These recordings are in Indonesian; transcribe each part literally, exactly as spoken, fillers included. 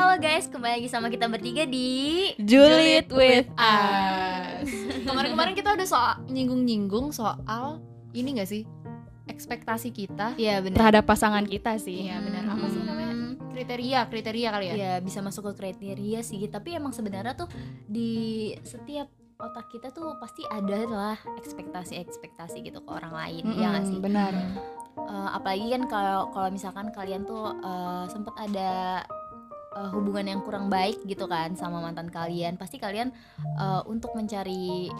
Halo guys, kembali lagi sama kita bertiga di Julid with us. Kemarin-kemarin kita udah soal nyinggung-nyinggung soal ini gak sih? Ekspektasi kita. Iya benar. Terhadap pasangan kita sih. Iya benar. Apa sih namanya? Kriteria, kriteria kali ya? Iya, bisa masuk ke kriteria sih. Tapi emang sebenarnya tuh di setiap otak kita tuh pasti ada lah ekspektasi-ekspektasi gitu ke orang lain, Mm-mm, ya nggak sih? benar. Uh, apalagi kan kalau kalau misalkan kalian tuh uh, sempet ada uh, hubungan yang kurang baik gitu kan sama mantan kalian, pasti kalian uh, untuk mencari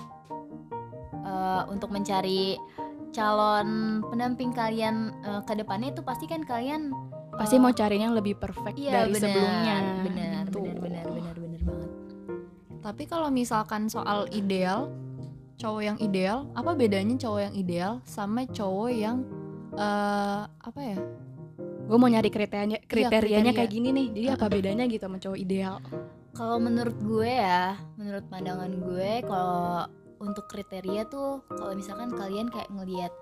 uh, untuk mencari calon pendamping kalian uh, ke depannya itu pasti kan kalian Pasti uh, mau carinya yang lebih perfect iya, dari benar, sebelumnya. benar, Gitu. benar, benar, benar, benar banget. Tapi kalau misalkan soal ideal, cowok yang ideal, apa bedanya cowok yang ideal sama cowok yang uh, apa ya? Gue mau nyari kriterianya, kriterianya kriteria. kayak gini nih. Jadi apa bedanya gitu sama cowok ideal? Kalau menurut gue ya, menurut pandangan gue, kalau untuk kriteria tuh, kalau misalkan kalian kayak ngelihat,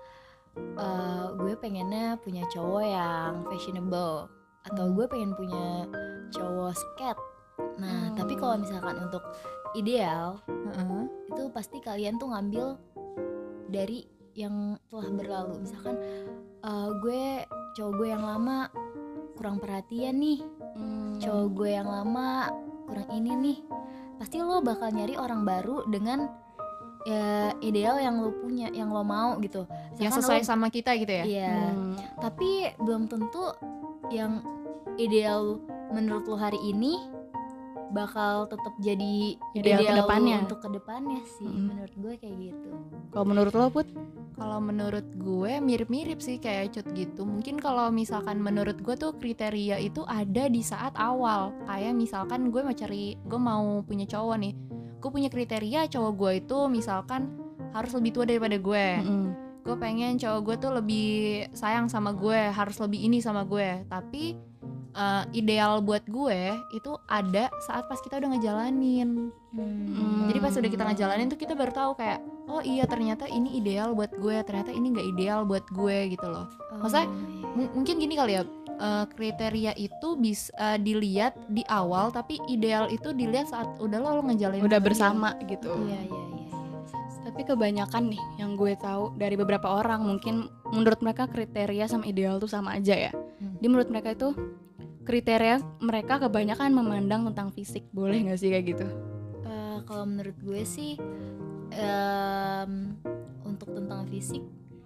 uh, gue pengennya punya cowok yang fashionable, atau gue pengen punya cowok skate. Nah, Hmm. tapi kalau misalkan untuk ideal, Uh-uh. itu pasti kalian tuh ngambil dari yang telah berlalu. Misalkan, uh, gue cowok gue yang lama kurang perhatian nih, cowok gue yang lama kurang ini nih, pasti lo bakal nyari orang baru dengan ya, ideal yang lo punya, yang lo mau gitu. Yang Misalkan sesuai lo- sama kita gitu ya? Iya, Hmm. tapi belum tentu yang ideal menurut lo hari ini bakal tetap jadi Ideal ideal kedepannya. lo untuk kedepannya sih. Mm-mm. Menurut gue kayak gitu. Kalau menurut lo, Put? Kalau menurut gue mirip-mirip sih kayak Cut gitu. Mungkin kalau misalkan menurut gue tuh kriteria itu ada di saat awal. Kayak misalkan gue mau cari, gue mau punya cowok nih. Gue punya kriteria cowok gue itu misalkan harus lebih tua daripada gue. Mm-mm. Gue pengen cowok gue tuh lebih sayang sama gue, harus lebih ini sama gue. Tapi uh, ideal buat gue itu ada saat pas kita udah ngejalanin. Hmm. Jadi pas udah kita ngejalanin tuh kita baru tahu kayak, oh iya ternyata ini ideal buat gue, ternyata ini nggak ideal buat gue gitu loh. Maksudnya, Oh, iya. M- mungkin gini kali ya, uh, kriteria itu bisa uh, dilihat di awal, tapi ideal itu dilihat saat udah lo, lo ngejalanin Udah sama bersama gitu. Iya, iya, iya, iya. Tapi kebanyakan nih yang gue tahu dari beberapa orang, mungkin menurut mereka kriteria sama ideal tuh sama aja ya. Hmm. Jadi menurut mereka itu kriteria mereka kebanyakan memandang tentang fisik. Boleh nggak sih kayak gitu? Eh, kalau menurut gue sih em, untuk tentang fisik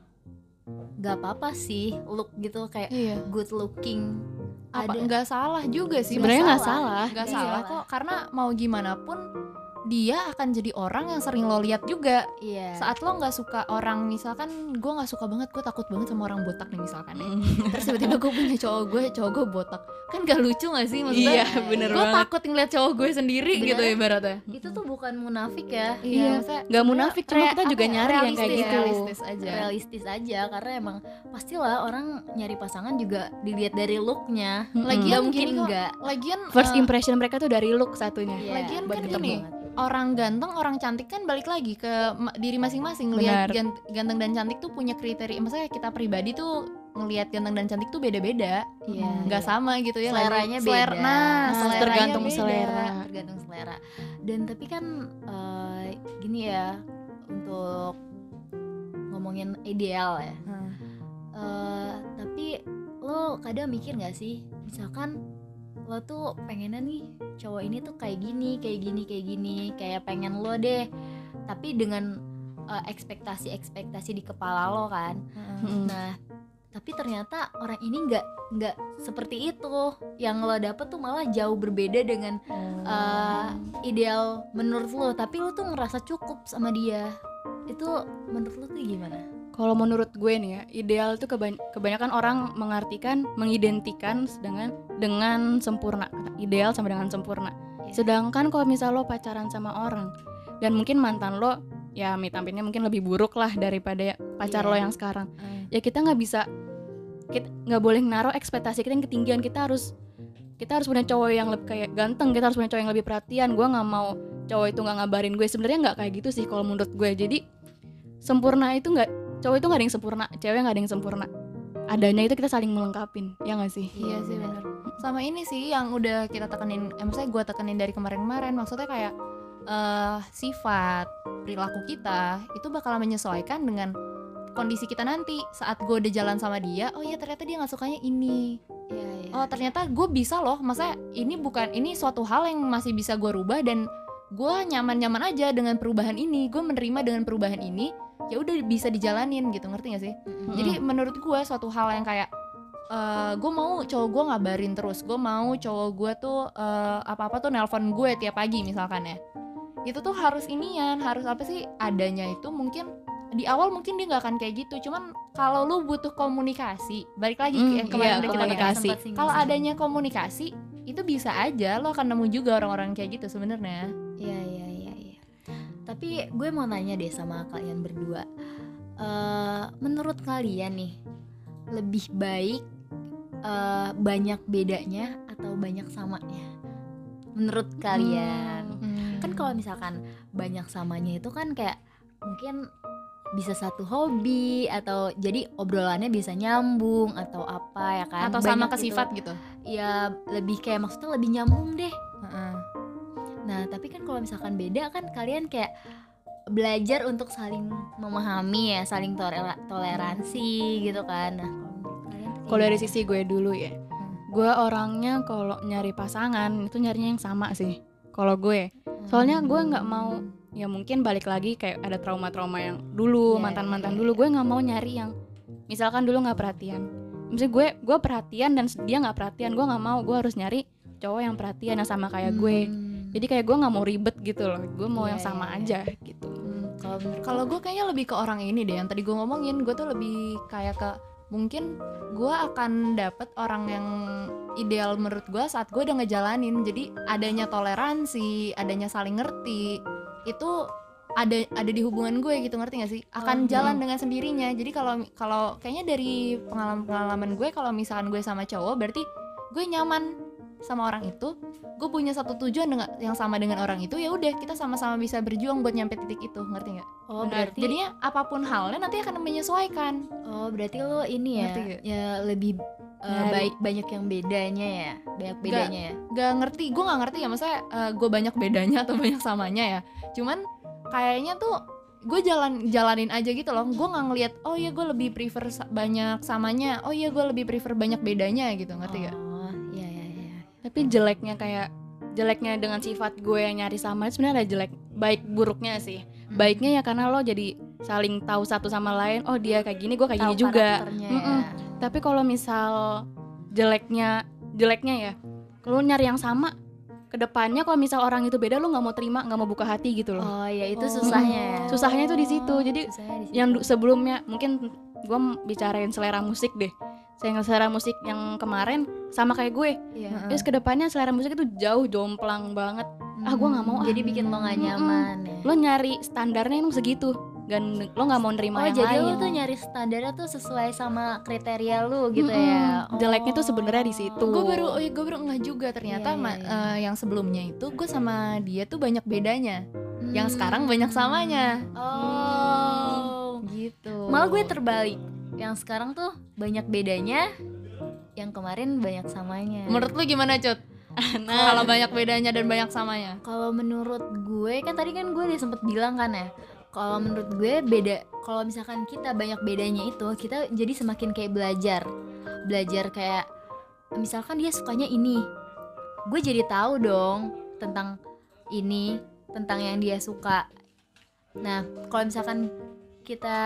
nggak apa-apa sih, look gitu kayak Iya. good looking. Apa Ada nggak salah juga sih? Sebenarnya nggak salah. salah. Nggak Nggak salah salah. kok, karena mau gimana pun dia akan jadi orang yang sering lo lihat juga. iya. Saat lo nggak suka orang, misalkan gue nggak suka banget, gue takut banget sama orang botak nih misalkan ya. Terus tiba-tiba gue punya cowok gue, cowok gue botak, kan gak lucu nggak sih? Maksudnya Iya, bener gue banget. takut ngeliat cowok gue sendiri Bener. gitu ibaratnya. Itu tuh bukan munafik ya, Iya. maksudnya Nggak munafik, cuma rea- kita juga apa ya, nyari yang kayak realistis, gitu. realistis aja. realistis aja, karena emang pastilah orang nyari pasangan juga dilihat dari looknya. Mm-mm. Lagian Nggak mungkin gini kok, enggak. lagian First eh, impression mereka tuh dari look satunya. Iya, Lagian buat kan ketemu gini, banget. orang ganteng, orang cantik kan balik lagi ke ma- diri masing-masing. Lihat Benar. gan- ganteng dan cantik tuh punya kriteria. Maksudnya kita pribadi tuh ngelihat ganteng dan cantik tuh beda-beda, Iya. nggak sama gitu ya. Seleranya lagi. Selera- beda. Nah, Nah, seleranya tergantung beda. selera. Tergantung selera. Dan tapi kan eh, gini ya, untuk ngomongin ideal ya. Hmm. Eh, tapi lo kadang mikir nggak sih, misalkan lo tuh pengennya nih cowok ini tuh kayak gini, kayak gini, kayak gini, kayak pengen lo deh, tapi dengan eh, ekspektasi-ekspektasi di kepala lo kan. Mm-mm. Nah, tapi ternyata orang ini nggak nggak seperti itu. Yang lo dapet tuh malah jauh berbeda dengan eh, ideal menurut lo, tapi lo tuh ngerasa cukup sama dia. Itu menurut lo tuh gimana? Kalau menurut gue nih ya, ideal itu kebany- kebanyakan orang mengartikan, mengidentikan dengan dengan sempurna. Ideal sama dengan sempurna. Iya. Sedangkan kalau misal lo pacaran sama orang dan mungkin mantan lo ya tampilnya mungkin lebih buruk lah daripada pacar Iya. lo yang sekarang. Hmm. Ya kita nggak bisa, kita nggak boleh naruh ekspektasi kita yang ketinggian. Kita harus kita harus punya cowok yang lebih kayak ganteng, kita harus punya cowok yang lebih perhatian. Gue nggak mau cowok itu nggak ngabarin gue. Sebenarnya nggak kayak gitu sih kalau menurut gue. Jadi sempurna itu nggak, cowok itu nggak ada yang sempurna, cewek nggak ada yang sempurna. Adanya itu kita saling melengkapin, ya nggak sih? Iya sih benar. sama ini sih yang udah kita tekenin, eh, maksudnya gue tekenin dari kemarin-kemarin, maksudnya kayak uh, sifat perilaku kita itu bakal menyesuaikan dengan kondisi kita nanti. Saat gue udah jalan sama dia, oh ya ternyata dia nggak sukanya ini, Iya, iya. oh ternyata gue bisa loh, maksudnya ini bukan, ini suatu hal yang masih bisa gue rubah dan gue nyaman-nyaman aja dengan perubahan ini, gue menerima dengan perubahan ini, ya udah bisa dijalanin gitu, ngerti gak sih? Mm-mm. Jadi menurut gue suatu hal yang kayak uh, gue mau cowok gue ngabarin terus, gue mau cowok gue tuh uh, apa-apa tuh nelpon gue tiap pagi misalkan ya, itu tuh harus inian, harus apa sih adanya itu. Mungkin di awal mungkin dia nggak akan kayak gitu, cuman kalau lu butuh komunikasi, balik lagi Hmm, yang kemarin iya, udah kita komunikasi. bahas. Kalau adanya komunikasi itu bisa aja lo akan nemu juga orang-orang kayak gitu sebenarnya. Iya, iya, iya, iya. Tapi gue mau nanya deh sama kalian berdua. Eh, menurut kalian nih, lebih baik eh, banyak bedanya atau banyak samanya? Menurut kalian? Hmm. Kan kalau misalkan banyak samanya itu kan kayak mungkin bisa satu hobi, atau jadi obrolannya bisa nyambung atau apa ya kan, atau sama Banyak ke gitu. sifat gitu. Ya lebih kayak maksudnya lebih nyambung deh. Heeh. Nah tapi kan kalau misalkan beda kan kalian kayak belajar untuk saling memahami ya, saling tolera- toleransi gitu kan. Nah kalau menurut kalian tuh Kalau dari gimana? sisi gue dulu ya, gue orangnya kalau nyari pasangan itu nyarinya yang sama sih. Kalau gue, soalnya gue nggak mau, ya mungkin balik lagi kayak ada trauma-trauma yang dulu, Iya, mantan-mantan iya, dulu, iya. gue nggak mau nyari yang misalkan dulu nggak perhatian. Misalnya gue gue perhatian dan dia nggak perhatian, gue nggak mau. Gue harus nyari cowok yang perhatian yang sama kayak gue. Hmm. Jadi kayak gue nggak mau ribet gitu loh, gue mau Iya, yang sama iya, aja gitu. Hmm, kalau menurut Kalau gue kayaknya lebih ke orang ini deh, yang tadi gue ngomongin, gue tuh lebih kayak ke mungkin gue akan dapet orang yang ideal menurut gue saat gue udah ngejalanin. Jadi adanya toleransi, adanya saling ngerti, itu ada ada di hubungan gue gitu, ngerti gak sih? Akan Oh, jalan hmm. dengan sendirinya. Jadi kalau kalau kayaknya dari pengalaman-pengalaman gue, kalau misalkan gue sama cowok berarti gue nyaman sama orang itu, gue punya satu tujuan dengan yang sama dengan orang itu, ya udah kita sama-sama bisa berjuang buat nyampe titik itu, ngerti nggak? Oh Benar. berarti Jadinya apapun halnya nanti akan menyesuaikan. Oh berarti lo ini ya, Ngerti gak? ya lebih uh, Nyari. baik banyak yang bedanya ya, banyak bedanya ya. Gak ngerti, gue nggak ngerti ya, maksudnya uh, gue banyak bedanya atau banyak samanya ya. Cuman kayaknya tuh gue jalan jalanin aja gitu loh. Gue nggak ngelihat, oh iya gue lebih prefer sa- banyak samanya, oh iya gue lebih prefer banyak bedanya gitu, ngerti gak? Oh iya iya iya. Tapi jeleknya kayak jeleknya dengan sifat gue yang nyari sama itu sebenarnya ada jelek, baik buruknya sih. Hmm. Baiknya ya karena lo jadi saling tahu satu sama lain, oh dia kayak gini, gue kayak Tahu gini juga. karakternya Mm-mm. ya. Tapi kalau misal jeleknya jeleknya ya, kalau lo nyari yang sama, kedepannya kalau misal orang itu beda, lo nggak mau terima, nggak mau buka hati gitu loh. Oh ya itu Oh. susahnya ya. Susahnya tuh di situ. Jadi Susahnya di situ. yang du- sebelumnya mungkin gue bicarain selera musik deh. Saya selera musik yang kemarin sama kayak gue. Iya. Terus kedepannya selera musik itu jauh jomplang banget. Ah, gua nggak mau, ah. Jadi bikin lo nggak nyaman ya. Lo nyari standarnya emang segitu, dan lo nggak mau nerima Oh yang jadi lain. lo tuh nyari standarnya tuh sesuai sama kriteria lu gitu Mm-mm. ya. Jeleknya tuh sebenarnya di situ. Gue baru, oh iya, gue baru nggak juga ternyata Iya, iya, ma- iya. eh, yang sebelumnya itu gue sama dia tuh banyak bedanya, Hmm. yang sekarang banyak samanya. Oh. Gitu. Malah gue terbalik. Yang sekarang tuh banyak bedanya, yang kemarin banyak samanya. Menurut lu gimana, Cut? Nah, Kalau banyak bedanya dan banyak samanya? Kalau menurut gue kan tadi kan gue udah sempet bilang kan ya. Kalau menurut gue beda. Kalau misalkan kita banyak bedanya itu, kita jadi semakin kayak belajar, belajar kayak misalkan dia sukanya ini, gue jadi tahu dong tentang ini, tentang yang dia suka. Nah kalau misalkan kita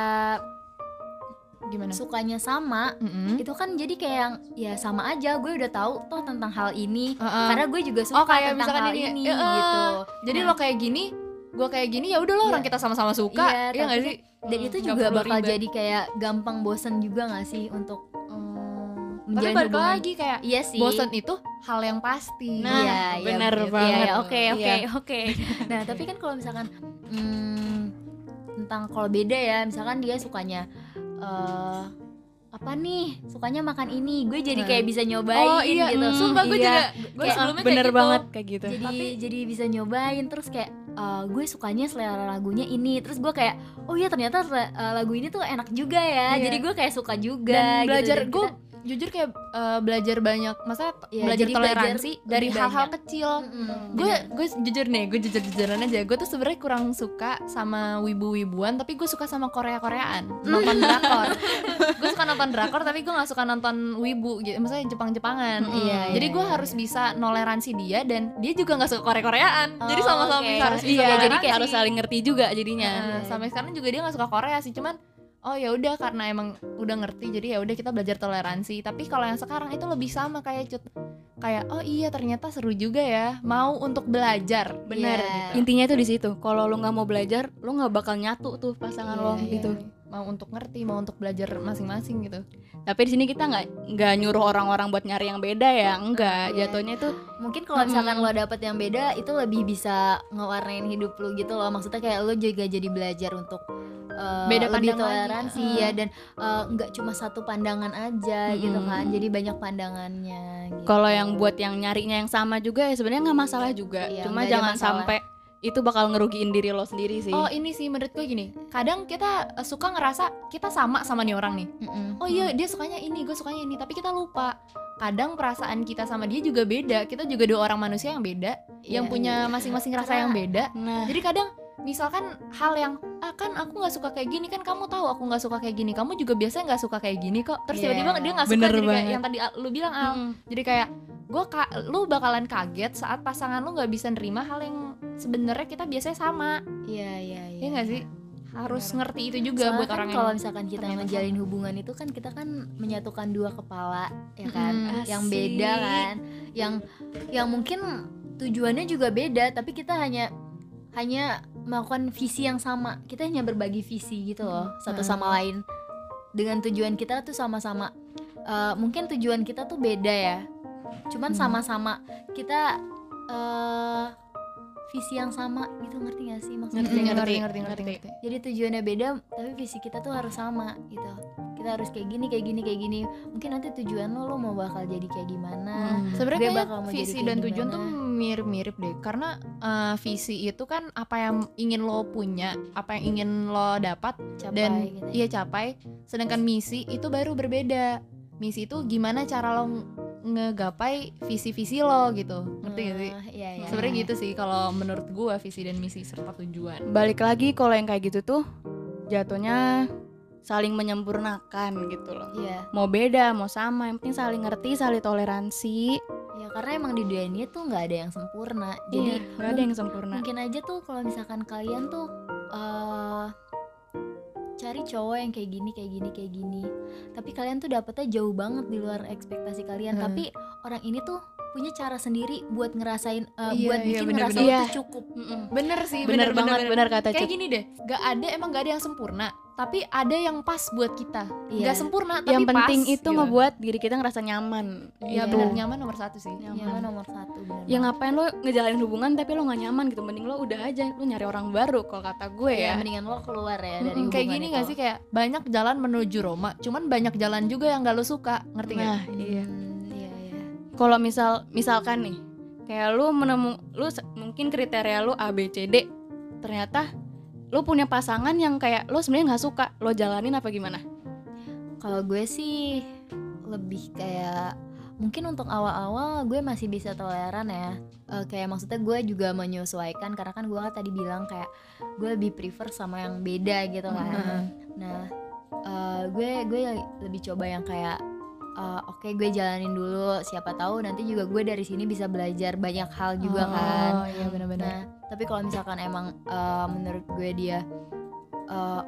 Gimana? sukanya sama, Mm-mm. itu kan jadi kayak yang ya sama aja, gue udah tahu toh tentang hal ini, Uh-uh. karena gue juga suka Oh, kayak tentang misalkan hal ini, ini, ya, eh, gitu. Jadi Nah. lo kayak gini, gue kayak gini, ya udah lo Iya. orang kita sama-sama suka, Iya, iya nggak tapi sih? Dan itu Nggak juga perlu bakal ribet. jadi kayak gampang bosen juga gak sih untuk Hmm. Tapi menjalin balik hubungan. lagi kayak Iya sih. bosan itu hal yang pasti. Nah, Iya, iya, bener bener. banget. Iya, iya, oke oke Iya. oke. Nah tapi kan kalau misalkan hmm, tentang kalau beda ya, misalkan dia sukanya eh apa nih, sukanya makan ini, gue jadi Nah. kayak bisa nyobain Oh iya, gitu. sumpah gue Iya. juga, gue Kayak, sebelumnya bener kayak gitu. banget kayak gitu. Jadi Tapi- jadi bisa nyobain, terus kayak eh, gue sukanya selera lagunya ini, terus gue kayak oh iya ternyata eh, lagu ini tuh enak juga ya, Iya. jadi gue kayak suka juga Dan gitu. belajar, Dan gue kita- jujur kayak uh, belajar banyak, maksudnya Ya, belajar jadi toleransi belajar dari lebih hal-hal banyak. kecil. Mm-mm. Gue gue jujur nih, gue jujur jujuran aja. Gue tuh sebenarnya kurang suka sama wibu-wibuan, tapi gue suka sama Korea-Koreaan, nonton drakor. Gue suka nonton drakor, tapi gue nggak suka nonton wibu, gitu. Maksudnya Jepang-Jepangan. Mm, iya, Jadi iya, gue iya. harus bisa noleransi dia dan dia juga nggak suka Korea-Koreaan. Jadi Oh, sama-sama oke. bisa harus bisa Iya, jadi toleransi. kayak harus saling ngerti juga jadinya. Nah, Iya, sampai sekarang juga dia nggak suka Korea sih, cuman oh ya udah karena emang udah ngerti jadi ya udah kita belajar toleransi. Tapi kalau yang sekarang itu lebih sama kayak Cut, kayak oh iya ternyata seru juga ya mau untuk belajar, bener Iya. gitu. Intinya itu di situ. Kalau lu nggak mau belajar, lu nggak bakal nyatu tuh pasangan Iya, lo iya. gitu. Mau untuk ngerti, mau untuk belajar masing-masing gitu. Tapi di sini kita nggak nggak nyuruh orang-orang buat nyari yang beda ya, enggak. Iya. Jatuhnya itu Mungkin kalau misalkan Mm-mm. lo dapet yang beda itu lebih bisa ngewarnain hidup lo gitu loh. Maksudnya kayak lo juga jadi belajar untuk uh, Beda lebih pandang lagi. toleransi Uh. ya, dan uh, nggak cuma satu pandangan aja gitu Mm-mm. kan. Jadi banyak pandangannya gitu. kalau yang buat yang nyarinya yang sama juga ya sebenarnya nggak masalah juga. Iya, Cuma nggak ada jangan masalah. sampai itu bakal ngerugiin diri lo sendiri sih. Oh ini sih menurut gue gini, kadang kita uh, suka ngerasa kita sama sama nih orang nih. Mm-mm. Oh iya dia sukanya ini, gue sukanya ini, tapi kita lupa kadang perasaan kita sama dia juga beda. Kita juga dua orang manusia yang beda, yang Iya. punya masing-masing rasa Karena- yang beda. Nah, Jadi kadang misalkan hal yang ah kan aku nggak suka kayak gini, kan kamu tahu aku nggak suka kayak gini, kamu juga biasanya nggak suka kayak gini kok. Terus Iya. tiba-tiba dia nggak suka, Bener jadi kayak banget. yang tadi Al- lu bilang Al. mm-mm. Jadi kayak gue ka- lu bakalan kaget saat pasangan lu nggak bisa nerima hal yang sebenarnya kita biasanya sama. Iya iya iya. Iya nggak sih? Harus Benar. ngerti itu juga Soalnya buat kan orang kalau yang misalkan kita ternyata ngejalin hubungan itu kan kita kan menyatukan dua kepala ya kan, Mm-mm. yang Asik. beda kan, yang yang mungkin tujuannya juga beda tapi kita hanya hanya melakukan visi yang sama. Kita hanya berbagi visi gitu loh satu sama lain, dengan tujuan kita tuh sama-sama. Eh, mungkin tujuan kita tuh beda ya, cuman Hmm. sama-sama kita eh visi yang sama gitu, ngerti gak sih maksudnya? ngerti, Ngerti, ngerti, ngerti, ngerti, ngerti, ngerti. ngerti. Jadi tujuannya beda tapi visi kita tuh harus sama gitu. Kita harus kayak gini kayak gini kayak gini. Mungkin nanti tujuan lo lo mau bakal jadi kayak gimana. Hmm. Sebenarnya Gue kayaknya bakal mau jadi visi kayak dan tujuan gimana. tuh mirip-mirip deh, karena uh, visi itu kan apa yang ingin lo punya, apa yang ingin lo dapat Capai dan gitu ya. iya capai. Sedangkan misi itu baru berbeda. Misi itu gimana cara lo ng- ngegapai visi-visi lo gitu, ngerti gak sih? Ah, iya, iya. Sebenarnya gitu sih kalau menurut gua visi dan misi serta tujuan. Balik lagi kalau yang kayak gitu tuh jatuhnya saling menyempurnakan gitu loh. Iya. Mau beda, mau sama, yang penting saling ngerti, saling toleransi. Ya karena emang di dunia ini tuh nggak ada yang sempurna. Jadi Iya, nggak ada yang sempurna. mungkin aja tuh kalau misalkan kalian tuh eh cari cowok yang kayak gini kayak gini kayak gini, tapi kalian tuh dapetnya jauh banget di luar ekspektasi kalian. Hmm. Tapi orang ini tuh punya cara sendiri buat ngerasain, eh, Iya, buat iya, bikin bener, ngerasa bener. lo Iya. tuh cukup. Mm-mm. Bener sih, Bener, banget, bener kata Kayak Cut. gini deh, gak ada emang gak ada yang sempurna, tapi ada yang pas buat kita. Iya. Gak sempurna tapi Yang penting pas, itu gitu. ngebuat diri kita ngerasa nyaman. Iya Iya. bener, nyaman nomor satu sih. Nyaman. Nyaman nomor satu bener Ya banget. ngapain lo ngejalanin hubungan tapi lo gak nyaman gitu. Mending lo udah aja, lo nyari orang baru kalau kata gue Ya, ya. mendingan lo keluar ya dari Mm-mm, hubungan kayak gini itu. gak sih, kayak banyak jalan menuju Roma, cuman banyak jalan juga yang gak lo suka, ngerti gak? Nah, iya. Hmm, iya iya. Kalau misal misalkan nih kayak lu menemu lu se- mungkin kriteria lu A B C D, ternyata lu punya pasangan yang kayak lu sebenarnya nggak suka, lo jalanin apa gimana? Kalau gue sih lebih kayak mungkin untuk awal-awal gue masih bisa toleran ya. Eh, kayak maksudnya gue juga menyesuaikan karena kan gue kan tadi bilang kayak gue lebih prefer sama yang beda gitu kan. Mm-mm. Nah, eh, gue gue lebih coba yang kayak eh, oke gue jalanin dulu, siapa tahu nanti juga gue dari sini bisa belajar banyak hal juga kan. Oh iya benar-benar. Nah, tapi kalau misalkan emang eh, menurut gue dia eh,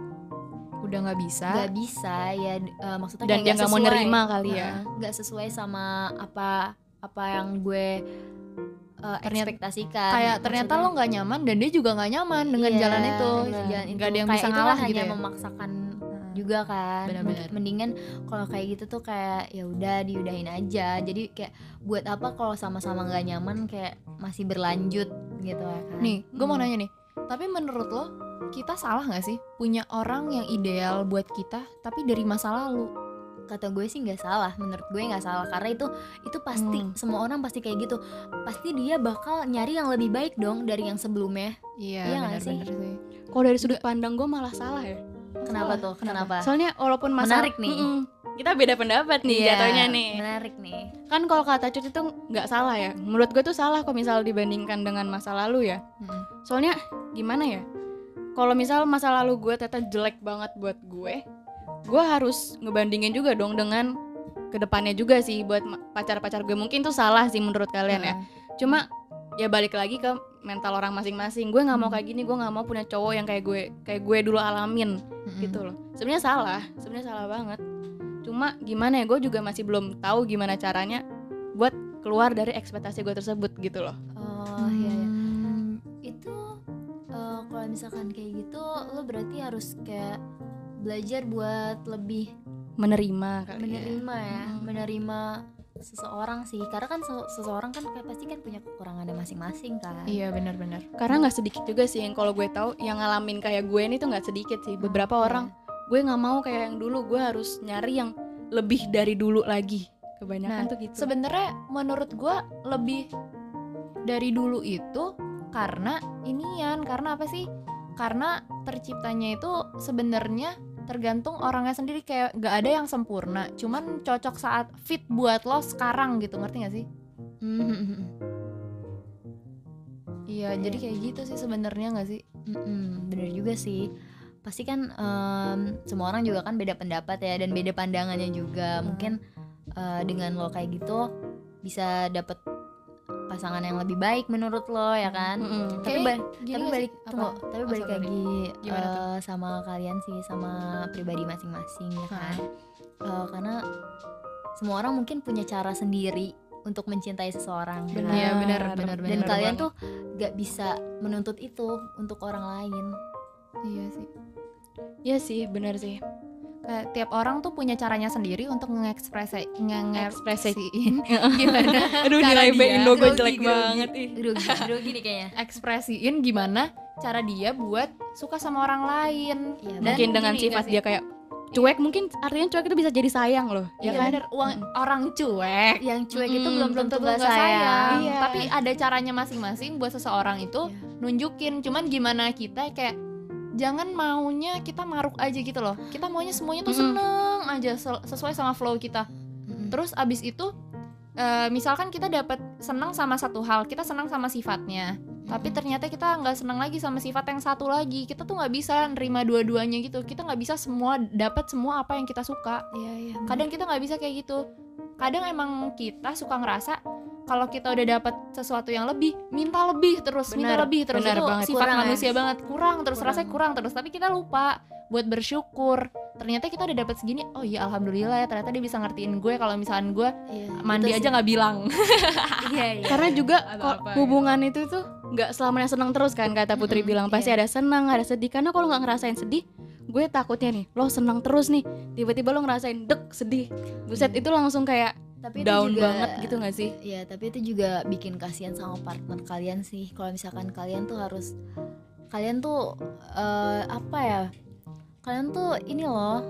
Udah nggak bisa. nggak bisa ya, eh, maksudnya Dan kayak dia nggak mau sesuai. nerima kali ya. Nah, nggak sesuai sama apa apa yang gue eh, Ternyata- ekspektasikan. Kayak ternyata lo nggak nyaman dan dia juga nggak nyaman dengan Iya, jalan itu. dengan jalan Nggak ada yang Kayak bisa itu kan ngalah hanya gitu ya. memaksakan juga kan. Benar-benar. Mendingan kalau kayak gitu tuh kayak ya udah diudahin aja. Jadi kayak buat apa kalau sama-sama nggak nyaman kayak masih berlanjut gitu ya kan. Nih, gue mau Hmm. nanya nih. Tapi menurut lo, kita salah nggak sih punya orang yang ideal buat kita, tapi dari masa lalu? Kata gue sih nggak salah, menurut gue nggak salah karena itu itu pasti Hmm. semua orang pasti kayak gitu. Pasti dia bakal nyari yang lebih baik dong dari yang sebelumnya. Iya, Iya nggak benar-benar sih. Kalau dari sudut pandang gue malah salah ya. Kenapa tuh? Kenapa? Soalnya walaupun masa Menarik nih. Mm-mm. kita beda pendapat nih Iya, jatuhnya nih. menarik nih. Kan kalau kata Cut itu nggak salah ya. Menurut gue tuh salah kalau misal dibandingkan dengan masa lalu ya. Mm-mm. Soalnya gimana ya? Kalau misal masa lalu gue ternyata jelek banget buat gue, gue harus ngebandingin juga dong dengan kedepannya juga sih buat ma- pacar-pacar gue. Mungkin tuh salah sih menurut kalian ya. Cuma ya balik lagi ke mental orang masing-masing. Gue nggak mau kayak gini, gue nggak mau punya cowok yang kayak gue kayak gue dulu alamin Mm-mm. gitu loh. Sebenarnya salah, sebenarnya salah banget. Cuma gimana ya, gue juga masih belum tahu gimana caranya buat keluar dari ekspektasi gue tersebut gitu loh. Oh iya ya. Hmm, Itu eh, kalau misalkan kayak gitu, lo berarti harus kayak belajar buat lebih Menerima kali ya. menerima ya, Hmm. menerima seseorang sih. Karena kan se- seseorang kan kayak pasti kan punya kekurangannya masing-masing kan. Iya benar-benar. Karena nggak sedikit juga sih yang kalau gue tahu yang ngalamin kayak gue ini tuh nggak sedikit sih. Beberapa orang gue nggak mau kayak yang dulu, gue harus nyari yang lebih dari dulu lagi. Kebanyakan Nah, tuh gitu. Sebenarnya menurut gua lebih dari dulu itu karena inian, karena apa sih? Karena terciptanya itu sebenarnya tergantung orangnya sendiri, kayak gak ada yang sempurna, cuman cocok saat fit buat lo sekarang gitu, ngerti gak sih? Mhm. Iya, jadi kayak gitu sih sebenarnya nggak sih? Mm-mm, bener juga sih. Pasti kan em, semua orang juga kan beda pendapat ya, dan beda pandangannya juga. Mungkin eh, dengan lo kayak gitu bisa dapet pasangan yang lebih baik menurut lo ya kan. Mm-mm. Tapi Kayak ba- gini tapi nggak balik sih? tunggu, Apa? tapi Oh, balik sorry. lagi Gimana tuh? eh, sama kalian sih, sama pribadi masing-masing ya kan. Eh, karena semua orang mungkin punya cara sendiri untuk mencintai seseorang. kan? Benar. Iya benar benar Dan benar kalian banget. tuh gak bisa menuntut itu untuk orang lain. Iya sih. Iya sih, benar sih. Kayak tiap orang tuh punya caranya sendiri untuk mengekspresi ngekspresiin Ekspresi. gimana Aduh, cara nilai B dia Indo gue grogi, jelek grogi. banget ih. Grogi, grogi nih kayaknya. ekspresiin gimana cara dia buat suka sama orang lain. Iya, Dan Mungkin dengan gini sifat nggak sih? dia kayak cuek, mungkin artinya cuek itu bisa jadi sayang loh. Iya Ya kan? bener, uang orang cuek Yang cuek itu Mm-mm, belum belum tentu tentu gak nggak sayang. Iya. tapi ada caranya masing-masing buat seseorang itu Iya. nunjukin. Cuman gimana kita kayak jangan maunya kita maruk aja gitu loh, kita maunya semuanya tuh Mm-mm. seneng aja sel- sesuai sama flow kita. Mm-mm. Terus abis itu eh, misalkan kita dapat seneng sama satu hal, kita seneng sama sifatnya, tapi ternyata kita nggak seneng lagi sama sifat yang satu lagi. Kita tuh nggak bisa nerima dua-duanya gitu, kita nggak bisa semua dapat semua apa yang kita suka. Iya, iya. Kadang kita nggak bisa kayak gitu. Kadang emang kita suka ngerasa kalau kita udah dapat sesuatu yang lebih, minta lebih terus, minta Benar, lebih terus. benar Itu banget. sifat Kurang ya? manusia banget, kurang terus, Kurang. rasanya kurang terus. Tapi kita lupa buat bersyukur. Ternyata kita udah dapat segini, oh iya alhamdulillah ya, ternyata dia bisa ngertiin gue kalau misalkan gue Iya, mandi itu aja sih. nggak bilang. Iya, iya. Karena juga Atau kok apa hubungan itu tuh nggak selamanya senang terus kan, kata Putri Mm-mm, bilang pasti iya. ada senang ada sedih. Karena kalau nggak ngerasain sedih, gue takutnya nih lo senang terus nih, tiba-tiba lo ngerasain dek sedih, buset Iya. itu langsung kayak Tapi itu down juga- banget gitu nggak sih? Iya, tapi itu juga bikin kasihan sama partner kalian sih. Kalau misalkan kalian tuh harus, kalian tuh eh, apa ya? Kalian tuh ini loh,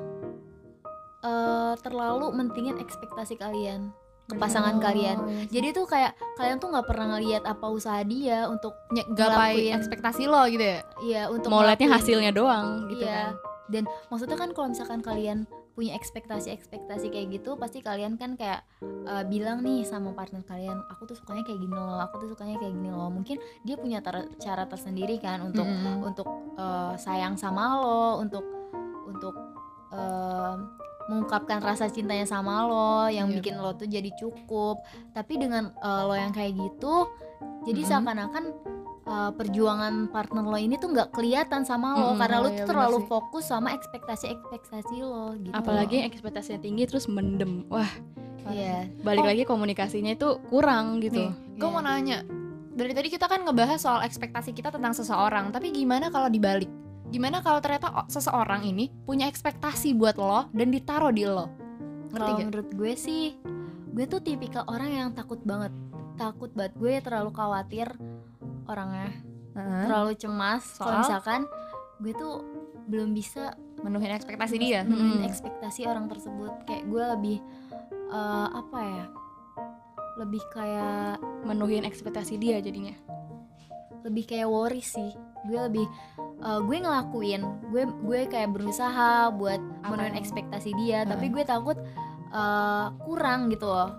eh, terlalu mentingin ekspektasi kalian ke pasangan Oh, kalian. iya sih. Jadi tuh kayak kalian tuh nggak pernah ngelihat apa usaha dia untuk, Ny- gapai ngelakuin- ekspektasi lo gitu ya. iya untuk Mau liatnya ngelakuin- hasilnya doang gitu iya. kan. Dan maksudnya kan kalau misalkan kalian punya ekspektasi-ekspektasi kayak gitu, pasti kalian kan kayak uh, bilang nih sama partner kalian, aku tuh sukanya kayak gini loh, aku tuh sukanya kayak gini loh. Mungkin dia punya tar- cara tersendiri kan untuk Mm-mm. untuk uh, sayang sama lo, untuk untuk uh, mengungkapkan rasa cintanya sama lo, yang Iya. bikin lo tuh jadi cukup. Tapi dengan uh, lo yang kayak gitu, jadi Mm-mm. seakan-akan uh, perjuangan partner lo ini tuh nggak kelihatan sama lo, Mm-mm, karena lo oh tuh iya, terlalu bener sih. fokus sama ekspektasi-ekspektasi lo gitu. Apalagi yang ekspektasinya tinggi terus mendem. Wah, Iya. balik Oh. lagi komunikasinya itu kurang gitu. Nih, gue Iya. mau nanya. Dari tadi kita kan ngebahas soal ekspektasi kita tentang seseorang, tapi gimana kalau dibalik? Gimana kalau ternyata o- seseorang ini punya ekspektasi buat lo dan ditaruh di lo? Ngerti Kalau gak? menurut gue sih, gue tuh tipikal orang yang takut banget, takut banget. Gue terlalu khawatir orangnya, terlalu cemas. Kalau Soal? misalkan gue tuh belum bisa Menuhin ekspektasi dia. menuhin Mm-mm. ekspektasi orang tersebut. Kayak gue lebih eh, apa ya? Lebih kayak Menuhin ekspektasi dia jadinya. lebih kayak worry sih. Gue lebih uh, gue ngelakuin, gue gue kayak berusaha buat memenuhi ekspektasi dia, Uh. tapi gue takut uh, kurang gitu loh.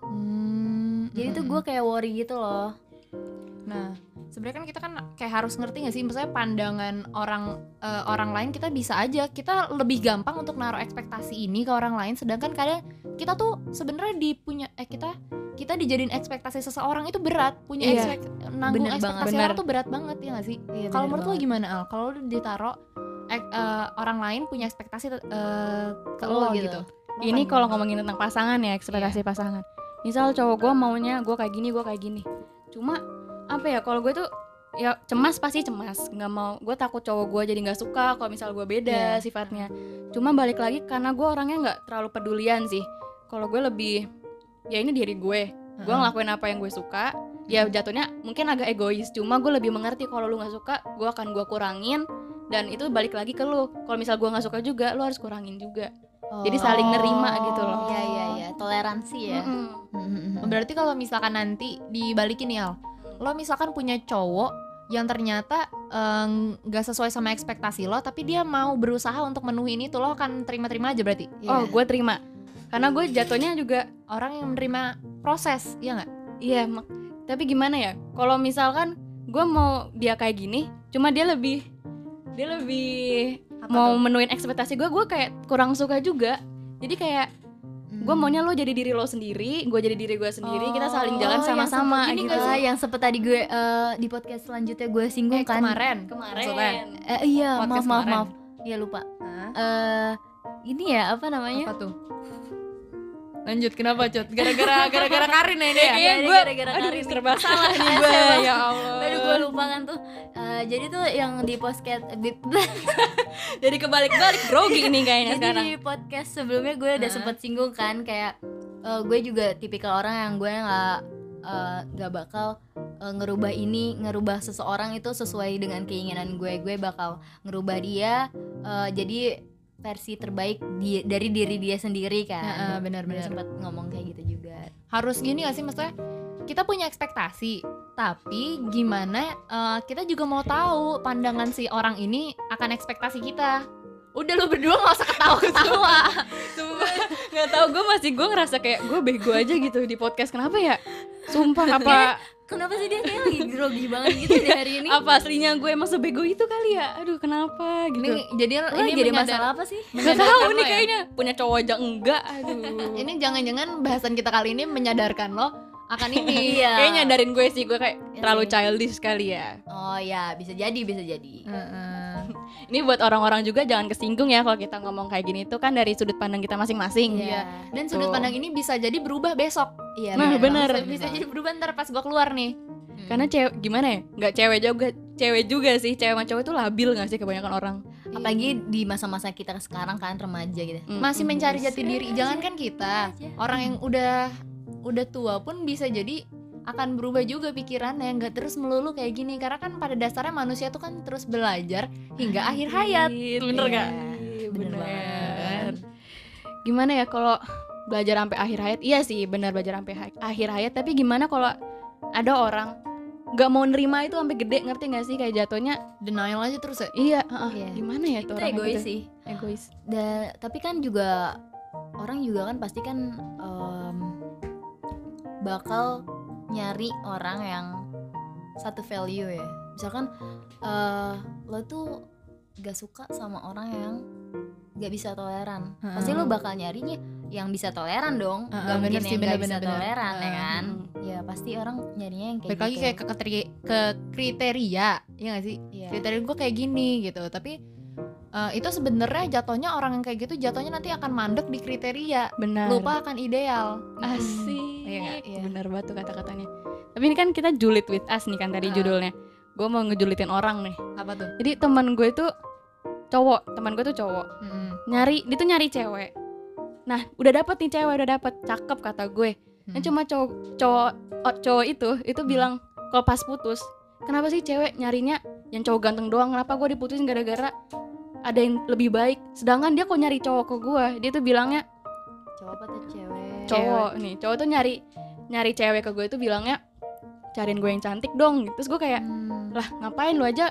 Hmm, Jadi tuh mm-mm. gue kayak worry gitu loh. Nah, sebenarnya kan kita kan kayak harus ngerti nggak sih, misalnya pandangan orang eh, orang lain kita bisa aja kita lebih gampang untuk naruh ekspektasi ini ke orang lain, sedangkan kadang kita tuh sebenarnya dipunya eh kita kita dijadiin ekspektasi seseorang itu berat, punya Iya, ekspek, nanggung bener banget. ekspektasi Bener. orang tuh berat banget ya nggak sih? Iya, Kalau bener menurut lo banget. gimana Al? Kalau lo ditaruh ek- eh, orang lain punya ekspektasi eh, ke lo gitu. gitu. Lo Ini akan kalau gimana? ngomongin tentang pasangan ya, ekspektasi pasangan. Misal cowok gue maunya gue kayak gini, gue kayak gini. Cuma apa ya, kalau gue tuh ya cemas, pasti cemas. Nggak mau, gue takut cowok gue jadi nggak suka kalau misal gue beda Iya. sifatnya. Cuma balik lagi karena gue orangnya nggak terlalu pedulian sih. Kalau gue lebih, ya ini diri gue. Gue Heeh. ngelakuin apa yang gue suka. Ya jatuhnya mungkin agak egois. Cuma gue lebih mengerti kalau lu nggak suka, gue akan gue kurangin. Dan itu balik lagi ke lu. Kalau misal gue nggak suka juga, lu harus kurangin juga. Jadi saling nerima gitu loh. Iya iya iya, toleransi ya. Mm-mm. Berarti kalau misalkan nanti dibalikin nih Al, lo misalkan punya cowok yang ternyata nggak sesuai sama ekspektasi lo, tapi dia mau berusaha untuk menuhin itu, lo akan terima-terima aja berarti? Oh, gue terima. Karena gue jatuhnya juga Orang yang menerima proses, ya nggak? iya, mak- tapi gimana ya? Kalau misalkan gue mau dia kayak gini, cuma dia lebih dia lebih Apa mau tuh? menuhin ekspektasi gue, gue kayak kurang suka juga. Jadi kayak gue maunya lo jadi diri lo sendiri, gue jadi diri gue sendiri, kita saling jalan Oh, yang sama-sama sempet- ini gitu. nggak sih? Yang sempet tadi gue eh, di podcast selanjutnya gue singgung Eh, kan. kemarin, Kemarin. maksudnya. Eh, iya, maaf Podcast maaf kemarin. maaf. Iya lupa. Hah? Eh ini ya apa namanya? Apa tuh? Lanjut, kenapa Cut? Gara-gara gara-gara Karin ya ini ya? Kayaknya Iya, gue gara-gara aduh Karin nih. serba salah nih gue. Ya Allah. Aduh gue lupa kan tuh. Eh, jadi tuh yang di podcast di, Jadi kebalik-balik grogi ini kayaknya jadi sekarang. di podcast sebelumnya gue udah Hah? sempet singgung kan kayak eh, gue juga tipikal orang yang gue nggak eh, nggak bakal eh, ngerubah ini ngerubah seseorang itu sesuai dengan keinginan gue. Gue bakal ngerubah dia eh, jadi versi terbaik di- dari diri dia sendiri kan. Ya, eh, benar-benar. Gue sempet ngomong kayak gitu juga. Harus gini gak sih, maksudnya kita punya ekspektasi, tapi gimana eh, kita juga mau tahu pandangan si orang ini akan ekspektasi kita. Udah lu berdua gak usah ketawa-ketawa. Sumpah nggak tahu, gue masih gue ngerasa kayak gue bego aja gitu di podcast. Kenapa ya? Sumpah apa Kenapa sih dia kayak lagi grogi banget gitu di hari ini? apa aslinya gue emang sebego itu kali ya? Aduh kenapa gitu? Ini jadi Lo ini lagi ada menyadar- masalah apa sih? Gak menyadarkan tahu lo nih ya? kayaknya punya cowok aja enggak. Aduh. Ini jangan-jangan bahasan kita kali ini menyadarkan lo akan ini. Iya. Kayaknya nyadarin gue sih, gue kayak Iya terlalu sih. childish kali ya. Oh ya, bisa jadi, bisa jadi. Heeh. Ini buat orang-orang juga jangan kesinggung ya kalau kita ngomong kayak gini, itu kan dari sudut pandang kita masing-masing. Iya. Dan sudut Tuh. pandang ini bisa jadi berubah besok. Iya, Nah, bener. Bisa, bisa jadi berubah ntar pas gua keluar nih. Karena cewek gimana ya? Nggak cewek juga, cewek juga sih. Cewek sama cowok itu labil nggak sih kebanyakan orang? apalagi di masa-masa kita sekarang kan remaja gitu. Mm, Masih mm. mencari jati diri. Jangankan kita, orang yang udah udah tua pun bisa jadi akan berubah juga pikirannya, nggak terus melulu kayak gini. Karena kan pada dasarnya manusia tuh kan terus belajar hingga akhir hayat. Bener Iya, gak? bener Bener. banget. Gimana ya kalau belajar sampai akhir hayat? Iya sih, benar belajar sampai ha- akhir hayat. Tapi gimana kalau ada orang nggak mau nerima itu sampai gede, ngerti nggak sih? Kayak jatuhnya, Denial aja terus ya. iya, heeh, Iya. gimana ya tuh Itu orang kayak egois gitu? sih. Egois. Da- tapi kan juga orang juga kan pasti kan em, bakal nyari orang yang satu value ya. Misalkan eh, lo tuh gak suka sama orang yang gak bisa toleran, Heeh. pasti lo bakal nyarinya yang bisa toleran dong. Heeh, Gak bener mungkin sih, yang gak bener, bisa bener, bener. toleran ya Heeh. kan. Ya pasti orang nyarinya yang kayak Balik lagi gitu. kayak ke, keteri- ke kriteria, ya nggak sih? Iya. Kriteria gue kayak gini gitu. Tapi eh, itu sebenarnya jatuhnya orang yang kayak gitu jatuhnya nanti akan mandek di kriteria, Benar. lupa akan ideal. Asik. Iya nggak? Iya. Bener banget tuh kata-katanya. Tapi ini kan kita julid with us nih kan tadi Heeh. judulnya. Gue mau ngejulitin orang nih. Apa tuh? Jadi teman gue tuh cowok, teman gue tuh cowok. Mm-mm. Nyari, dia tuh nyari cewek. Nah, udah dapet nih cewek, udah dapet, cakep kata gue. Nah, Hmm. cuma cowok cowok oh, cowok itu itu bilang kalau pas putus, kenapa sih cewek nyarinya yang cowok ganteng doang? Kenapa gue diputusin gara-gara ada yang lebih baik? Sedangkan dia kok nyari cowok ke gue, dia tuh bilangnya Cowok apa tuh cewek? cowok nih, cowok tuh nyari nyari cewek ke gue itu bilangnya cariin gue yang cantik dong. Terus gue kayak Hmm. lah ngapain lu aja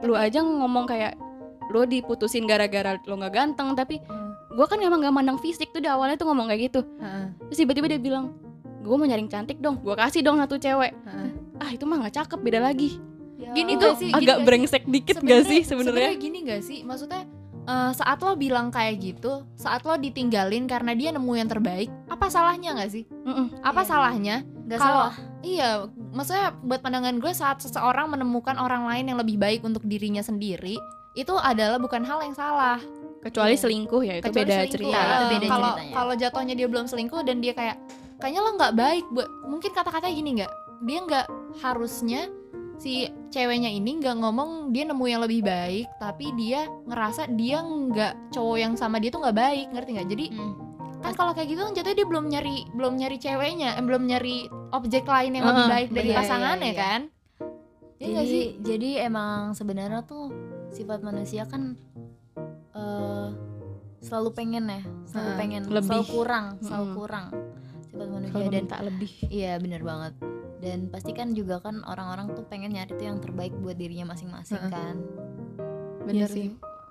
lu aja ngomong kayak lu diputusin gara-gara lu nggak ganteng, tapi gue kan emang gak mandang fisik tuh di awalnya tuh ngomong kayak gitu. Heeh. Terus tiba-tiba dia bilang, gue mau nyari cantik dong, gue kasih dong satu cewek. Heeh. Ah itu mah nggak cakep, beda lagi. Ya. Gini Itu nggak sih, gini agak nggak sih? brengsek dikit gak sih sebenarnya? Gini gak sih, maksudnya uh, saat lo bilang kayak gitu, saat lo ditinggalin karena dia nemu yang terbaik, apa salahnya nggak sih? Mm-mm. Apa Iya. salahnya? Nggak Kalau- salah. Iya, maksudnya buat pandangan gue saat seseorang menemukan orang lain yang lebih baik untuk dirinya sendiri, itu adalah bukan hal yang salah. Kecuali Iya. selingkuh ya, itu Kecuali beda selingkuh. cerita. Iya, itu beda Kalau ceritanya. kalau jatuhnya dia belum selingkuh dan dia kayak kayaknya lo nggak baik, buat mungkin kata-katanya gini nggak, dia nggak harusnya si ceweknya ini nggak ngomong dia nemu yang lebih baik, tapi dia ngerasa dia nggak cowok yang sama dia tuh nggak baik, ngerti nggak? Jadi Hmm. kan kalau kayak gitu kan jatuhnya dia belum nyari belum nyari ceweknya, eh, belum nyari objek lain yang lebih Heeh, baik dari iya, pasangannya iya, iya. kan? Iya nggak Jadi sih? jadi emang sebenarnya tuh sifat manusia kan eh, selalu pengen ya, selalu Heeh, pengen, lebih. selalu kurang, selalu Mm-mm. kurang sifat manusia Kalau dan minta lebih. iya benar banget. Dan pasti kan juga kan orang-orang tuh pengen nyari tuh yang terbaik buat dirinya masing-masing Heeh. kan. Bener Iya sih.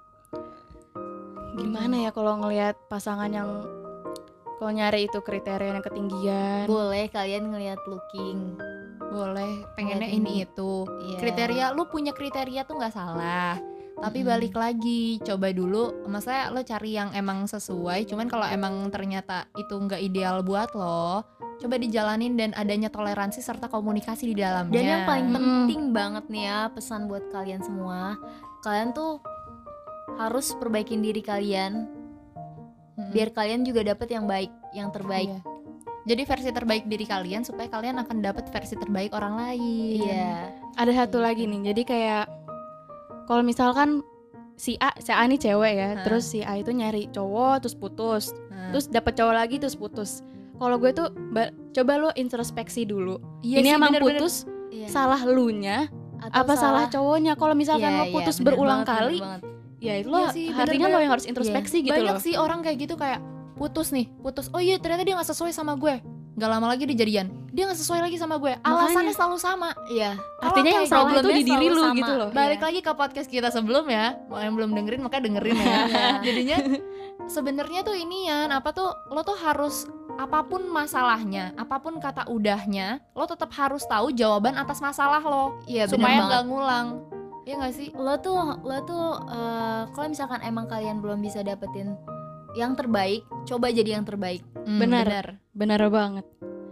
Gimana ya kalau ngelihat pasangan yang kalau nyari itu kriteria yang ketinggian. Boleh kalian ngelihat looking. Boleh, pengennya Ngeliat ini ini. itu. Iya. Kriteria lu punya kriteria tuh nggak salah, tapi Mm-mm. balik lagi coba dulu, maksudnya lo cari yang emang sesuai. Cuman kalau emang ternyata itu nggak ideal buat lo, coba dijalanin dan adanya toleransi serta komunikasi di dalamnya. Dan yang paling Mm-mm. penting banget nih ya, pesan buat kalian semua, kalian tuh harus perbaikin diri kalian Mm-mm. biar kalian juga dapet yang baik, yang terbaik. Iya. Jadi versi terbaik diri kalian supaya kalian akan dapat versi terbaik orang lain. Iya. Ada satu Gitu. lagi nih. Jadi kayak kalau misalkan si A, si A nih cewek ya, Hah. terus si A itu nyari cowok terus putus, Nah. terus dapet cowok lagi terus putus. Kalau gue tuh ba- coba lo introspeksi dulu. Iya Ini sih, emang bener-bener. putus Iya. salah lunya Atau apa salah cowoknya? Kalau misalkan Iya, lo iya, putus bener berulang banget, bener kali, banget. ya itu lo Iya sih, artinya bener-bener. lo yang harus introspeksi gitu Banyak loh. sih orang kayak gitu, kayak putus nih, putus. Oh iya ternyata dia nggak sesuai sama gue. Gak lama lagi dia jadian. Dia nggak sesuai lagi sama gue. Alasannya selalu sama. Iya. Artinya yang kayak salah itu problemnya di diri selalu lu sama. gitu loh. Iya. Balik lagi ke podcast kita sebelum ya. Yang belum dengerin makanya dengerin ya. Iya. Jadinya sebenarnya tuh inian apa tuh lo tuh harus apapun masalahnya, apapun kata udahnya, lo tetap harus tahu jawaban atas masalah lo Iya, bener supaya banget. nggak ngulang. Iya nggak sih? Lo tuh lo tuh eh, kalau misalkan emang kalian belum bisa dapetin yang terbaik, coba jadi yang terbaik. Hmm, Benar. Benar banget.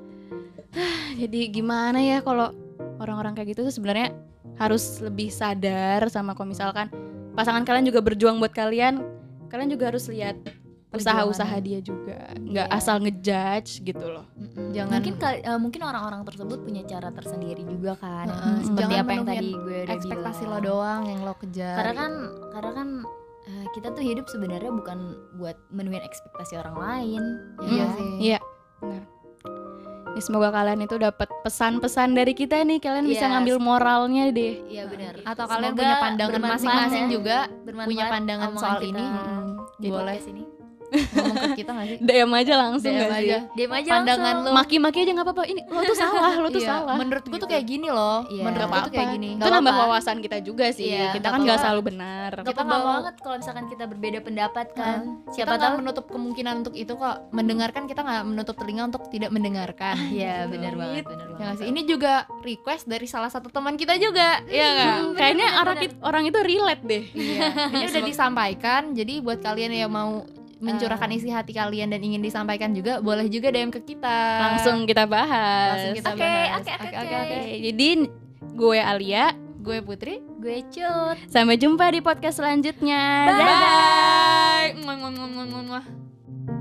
Jadi gimana ya kalau orang-orang kayak gitu tuh sebenarnya harus lebih sadar sama kalau misalkan pasangan kalian juga berjuang buat kalian, kalian juga harus lihat usaha-usaha dia juga, nggak Iya. asal ngejudge gitu loh. Mm-mm. Jangan- mungkin kal- eh, mungkin orang-orang tersebut punya cara tersendiri juga kan. Heeh. Seperti Jangan apa yang penuhin tadi gue udah Ekspektasi bilang. lo doang yang lo kejar. Karena kan karena kan eh, kita tuh hidup sebenarnya bukan buat menuhin ekspektasi orang lain. ya Iya kan? sih. Iya, benar. Ya, semoga kalian itu dapat pesan-pesan dari kita nih, kalian bisa Yes. ngambil moralnya deh. Iya benar. Atau kalian Semoga punya pandangan bermanfaat masing-masing ya. juga, Bermanfaat punya pandangan omongan soal kita ini. Mm-mm. di Boleh. podcast ini. ngomong ke kita nggak sih? D M aja langsung D M nggak sih? aja. Diam aja Pandangan langsung. lu. Maki-maki aja nggak apa-apa. Ini lo tuh salah, lo tuh Iya, salah. menurut gue tuh kayak gini loh. Iya. Menurut Nggak gue tuh kayak apa-apa. gini. Itu Nggak nambah apa-apa. wawasan kita juga sih. Iya, kita nggak kan nggak apa-apa. selalu benar. Gak Kita apa-apa mau- banget kalau misalkan kita berbeda pendapat kan. Kita Siapa nggak tahu. menutup kemungkinan untuk itu kok. Mendengarkan kita nggak menutup telinga untuk tidak mendengarkan. Iya Gitu. benar banget, benar Ya banget. nggak sih? Ini juga request dari salah satu teman kita juga. Iya nggak? Hmm, kayaknya bener, orang, bener. it- orang itu relate deh. Iya. Ini udah disampaikan. Jadi buat kalian yang mau mencurahkan isi hati kalian dan ingin disampaikan juga, boleh juga D M ke kita. Langsung kita bahas. Langsung kita Oke, bahas. oke, oke, oke, oke. oke. Oke, jadi gue Alia. Gue Putri. Gue cut. Sampai jumpa di podcast selanjutnya. Bye. Dadah. Muah, muah, muah, muah, muah.